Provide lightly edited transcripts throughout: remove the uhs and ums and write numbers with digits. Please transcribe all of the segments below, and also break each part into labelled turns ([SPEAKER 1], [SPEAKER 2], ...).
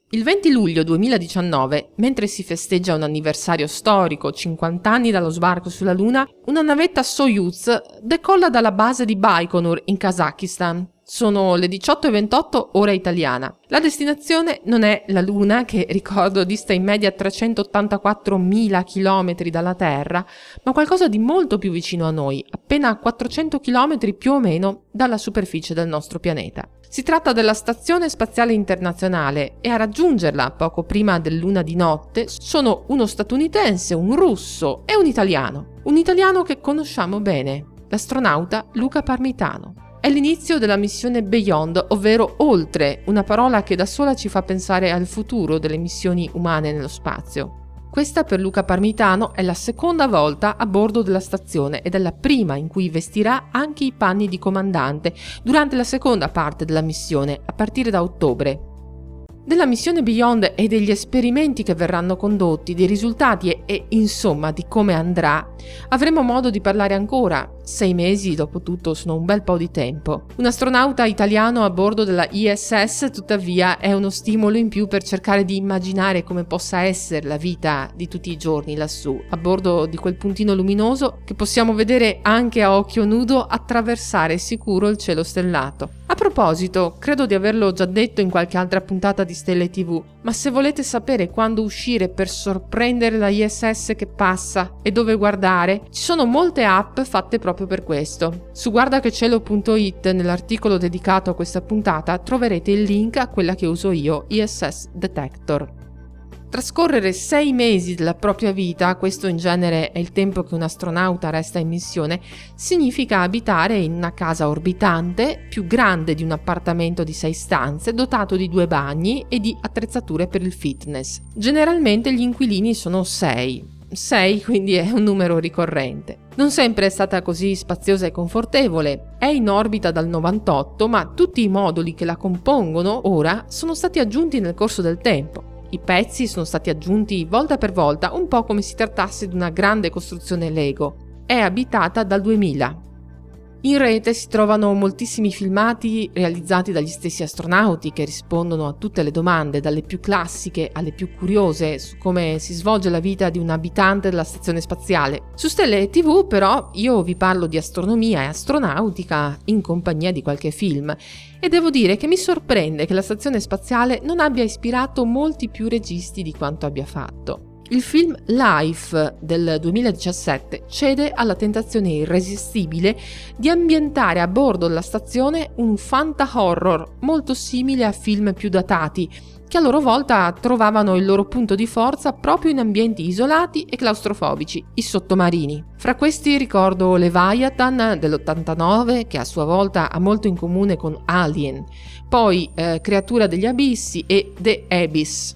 [SPEAKER 1] Il 20 luglio 2019, mentre si festeggia un anniversario storico, 50 anni dallo sbarco sulla Luna, una navetta Soyuz decolla dalla base di Baikonur in Kazakistan. Sono le 18:28 ora italiana. La destinazione non è la Luna, che ricordo dista in media 384.000 chilometri dalla Terra, ma qualcosa di molto più vicino a noi, appena 400 chilometri più o meno dalla superficie del nostro pianeta. Si tratta della Stazione Spaziale Internazionale e a raggiungerla poco prima dell'una di notte sono uno statunitense, un russo e un italiano che conosciamo bene, l'astronauta Luca Parmitano. È l'inizio della missione Beyond, ovvero oltre, una parola che da sola ci fa pensare al futuro delle missioni umane nello spazio. Questa per Luca Parmitano è la seconda volta a bordo della stazione ed è la prima in cui vestirà anche i panni di comandante durante la seconda parte della missione, a partire da ottobre. Della missione Beyond e degli esperimenti che verranno condotti, dei risultati e insomma di come andrà, avremo modo di parlare ancora. 6 mesi, dopo tutto, sono un bel po' di tempo. Un astronauta italiano a bordo della ISS, tuttavia, è uno stimolo in più per cercare di immaginare come possa essere la vita di tutti i giorni lassù, a bordo di quel puntino luminoso che possiamo vedere anche a occhio nudo attraversare sicuro il cielo stellato. A proposito, credo di averlo già detto in qualche altra puntata di Stelle TV, ma se volete sapere quando uscire per sorprendere la ISS che passa e dove guardare, ci sono molte app fatte proprio per questo. Su guardachecielo.it, nell'articolo dedicato a questa puntata, troverete il link a quella che uso io, ISS Detector. Trascorrere 6 mesi della propria vita, questo in genere è il tempo che un astronauta resta in missione, significa abitare in una casa orbitante, più grande di un appartamento di 6 stanze, dotato di 2 bagni e di attrezzature per il fitness. Generalmente gli inquilini sono 6. 6 quindi è un numero ricorrente. Non sempre è stata così spaziosa e confortevole. È in orbita dal 98, ma tutti i moduli che la compongono ora sono stati aggiunti nel corso del tempo. I pezzi sono stati aggiunti volta per volta, un po' come si trattasse di una grande costruzione Lego. È abitata dal 2000. In rete si trovano moltissimi filmati realizzati dagli stessi astronauti che rispondono a tutte le domande, dalle più classiche alle più curiose, su come si svolge la vita di un abitante della stazione spaziale. Su Stelle TV però io vi parlo di astronomia e astronautica in compagnia di qualche film e devo dire che mi sorprende che la stazione spaziale non abbia ispirato molti più registi di quanto abbia fatto. Il film Life del 2017 cede alla tentazione irresistibile di ambientare a bordo della stazione un fanta-horror molto simile a film più datati, che a loro volta trovavano il loro punto di forza proprio in ambienti isolati e claustrofobici, i sottomarini. Fra questi ricordo Leviathan dell'89, che a sua volta ha molto in comune con Alien, poi Creatura degli Abissi e The Abyss.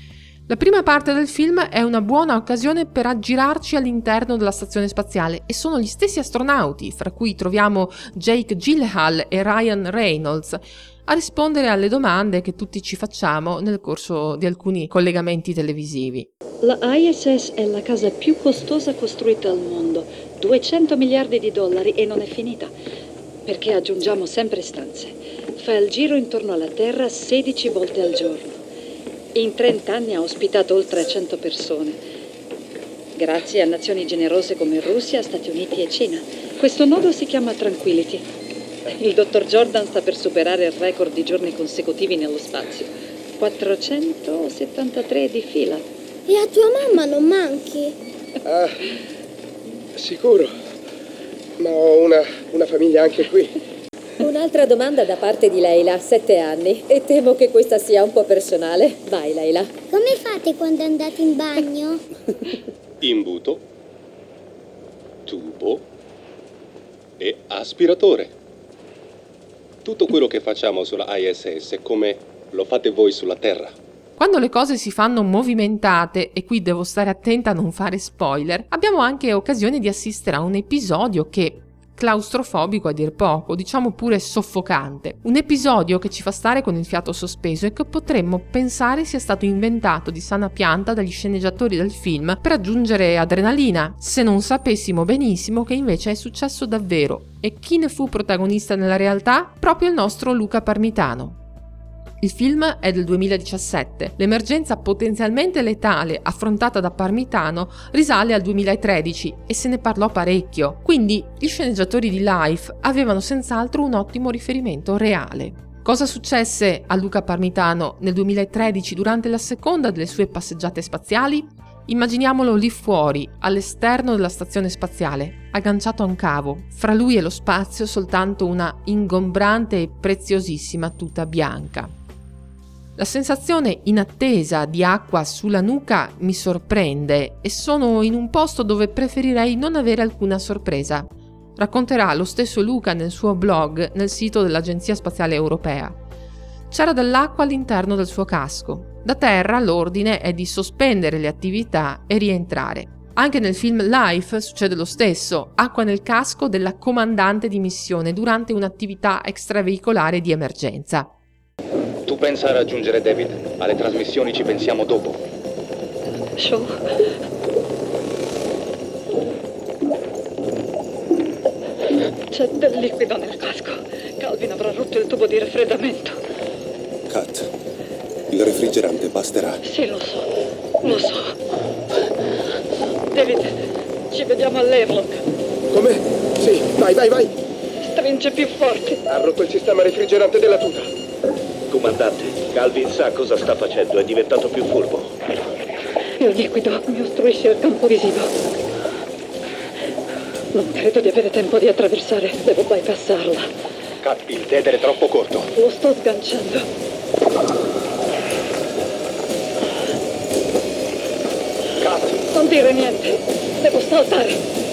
[SPEAKER 1] La prima parte del film è una buona occasione per aggirarci all'interno della stazione spaziale e sono gli stessi astronauti, fra cui troviamo Jake Gyllenhaal e Ryan Reynolds, a rispondere alle domande che tutti ci facciamo nel corso di alcuni collegamenti televisivi.
[SPEAKER 2] La ISS è la casa più costosa costruita al mondo, 200 miliardi di dollari e non è finita, perché aggiungiamo sempre stanze. Fa il giro intorno alla Terra 16 volte al giorno. In 30 anni ha ospitato oltre 100 persone, grazie a nazioni generose come Russia, Stati Uniti e Cina. Questo nodo si chiama Tranquility. Il dottor Jordan sta per superare il record di giorni consecutivi nello spazio. 473 di fila.
[SPEAKER 3] E a tua mamma non manchi?
[SPEAKER 4] Ah, sicuro. Ma ho una famiglia anche qui.
[SPEAKER 5] Un'altra domanda da parte di Leila, 7 anni, e temo che questa sia un po' personale. Vai, Leila.
[SPEAKER 3] Come fate quando andate in bagno?
[SPEAKER 6] Imbuto, tubo e aspiratore. Tutto quello che facciamo sulla ISS, come lo fate voi sulla Terra.
[SPEAKER 1] Quando le cose si fanno movimentate, e qui devo stare attenta a non fare spoiler, abbiamo anche occasione di assistere a un episodio che claustrofobico a dir poco, diciamo pure soffocante. Un episodio che ci fa stare con il fiato sospeso e che potremmo pensare sia stato inventato di sana pianta dagli sceneggiatori del film per aggiungere adrenalina, se non sapessimo benissimo che invece è successo davvero. E chi ne fu protagonista nella realtà? Proprio il nostro Luca Parmitano. Il film è del 2017. L'emergenza potenzialmente letale affrontata da Parmitano risale al 2013 e se ne parlò parecchio. Quindi gli sceneggiatori di Life avevano senz'altro un ottimo riferimento reale. Cosa successe a Luca Parmitano nel 2013 durante la seconda delle sue passeggiate spaziali? Immaginiamolo lì fuori, all'esterno della stazione spaziale, agganciato a un cavo, fra lui e lo spazio soltanto una ingombrante e preziosissima tuta bianca. La sensazione inattesa di acqua sulla nuca mi sorprende e sono in un posto dove preferirei non avere alcuna sorpresa. Racconterà lo stesso Luca nel suo blog nel sito dell'Agenzia Spaziale Europea. C'era dell'acqua all'interno del suo casco. Da terra l'ordine è di sospendere le attività e rientrare. Anche nel film Life succede lo stesso, acqua nel casco della comandante di missione durante un'attività extraveicolare di emergenza.
[SPEAKER 7] Tu pensa a raggiungere David? Alle trasmissioni ci pensiamo dopo.
[SPEAKER 2] Shaw. C'è del liquido nel casco. Calvin avrà rotto il tubo di raffreddamento.
[SPEAKER 6] Kat, il refrigerante basterà.
[SPEAKER 2] Sì, lo so. David, ci vediamo all'airlock.
[SPEAKER 4] Come? Sì, vai.
[SPEAKER 2] Stringe più forte.
[SPEAKER 4] Ha rotto il sistema refrigerante della tuta.
[SPEAKER 8] Comandante, Calvin sa cosa sta facendo, è diventato più furbo.
[SPEAKER 2] Il liquido mi ostruisce il campo visivo. Non credo di avere tempo di attraversare, devo bypassarla.
[SPEAKER 7] Kat, il tether è troppo corto.
[SPEAKER 2] Lo sto sganciando.
[SPEAKER 7] Kat!
[SPEAKER 2] Non dire niente, devo saltare.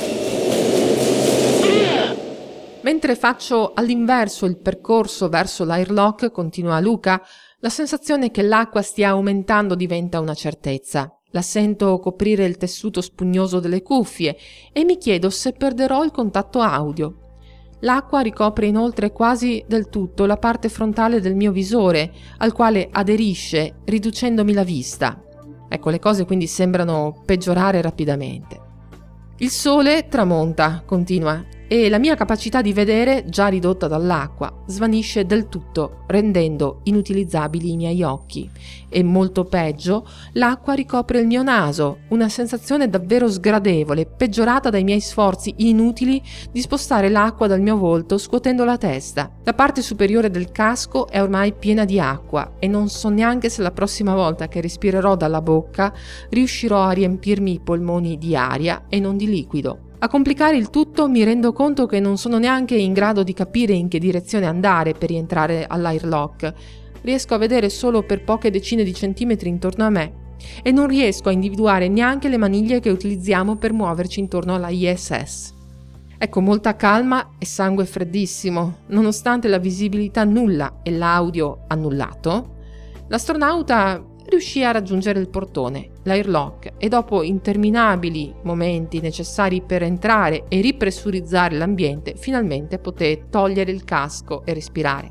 [SPEAKER 1] Mentre faccio all'inverso il percorso verso l'airlock, continua Luca, la sensazione che l'acqua stia aumentando diventa una certezza. La sento coprire il tessuto spugnoso delle cuffie e mi chiedo se perderò il contatto audio. L'acqua ricopre inoltre quasi del tutto la parte frontale del mio visore, al quale aderisce, riducendomi la vista. Ecco, le cose quindi sembrano peggiorare rapidamente. Il sole tramonta, continua, e la mia capacità di vedere, già ridotta dall'acqua, svanisce del tutto, rendendo inutilizzabili i miei occhi. E molto peggio, l'acqua ricopre il mio naso, una sensazione davvero sgradevole, peggiorata dai miei sforzi inutili di spostare l'acqua dal mio volto scuotendo la testa. La parte superiore del casco è ormai piena di acqua e non so neanche se la prossima volta che respirerò dalla bocca riuscirò a riempirmi i polmoni di aria e non di liquido. A complicare il tutto mi rendo conto che non sono neanche in grado di capire in che direzione andare per rientrare all'airlock. Riesco a vedere solo per poche decine di centimetri intorno a me e non riesco a individuare neanche le maniglie che utilizziamo per muoverci intorno alla ISS. Ecco, molta calma e sangue freddissimo. Nonostante la visibilità nulla e l'audio annullato, l'astronauta riuscì a raggiungere il portone, l'airlock, e dopo interminabili momenti necessari per entrare e ripressurizzare l'ambiente, finalmente poté togliere il casco e respirare.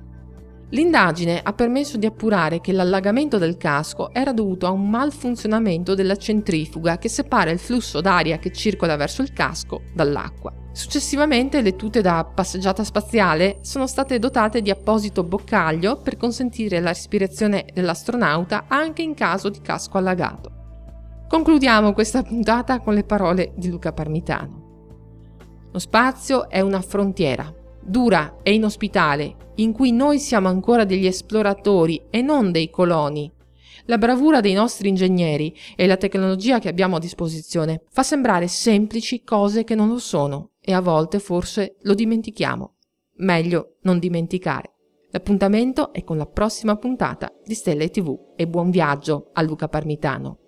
[SPEAKER 1] L'indagine ha permesso di appurare che l'allagamento del casco era dovuto a un malfunzionamento della centrifuga che separa il flusso d'aria che circola verso il casco dall'acqua. Successivamente le tute da passeggiata spaziale sono state dotate di apposito boccaglio per consentire la respirazione dell'astronauta anche in caso di casco allagato. Concludiamo questa puntata con le parole di Luca Parmitano. Lo spazio è una frontiera, dura e inospitale, in cui noi siamo ancora degli esploratori e non dei coloni. La bravura dei nostri ingegneri e la tecnologia che abbiamo a disposizione fa sembrare semplici cose che non lo sono e a volte forse lo dimentichiamo. Meglio non dimenticare. L'appuntamento è con la prossima puntata di Stelle TV e buon viaggio a Luca Parmitano.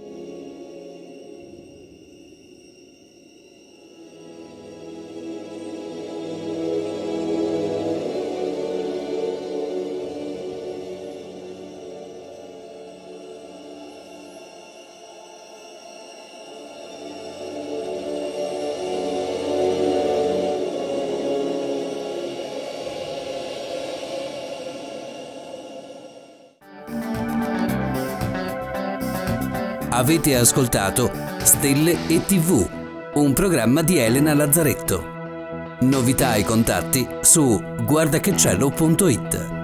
[SPEAKER 9] Avete ascoltato Stelle e TV, un programma di Elena Lazzaretto. Novità e contatti su guardachecielo.it.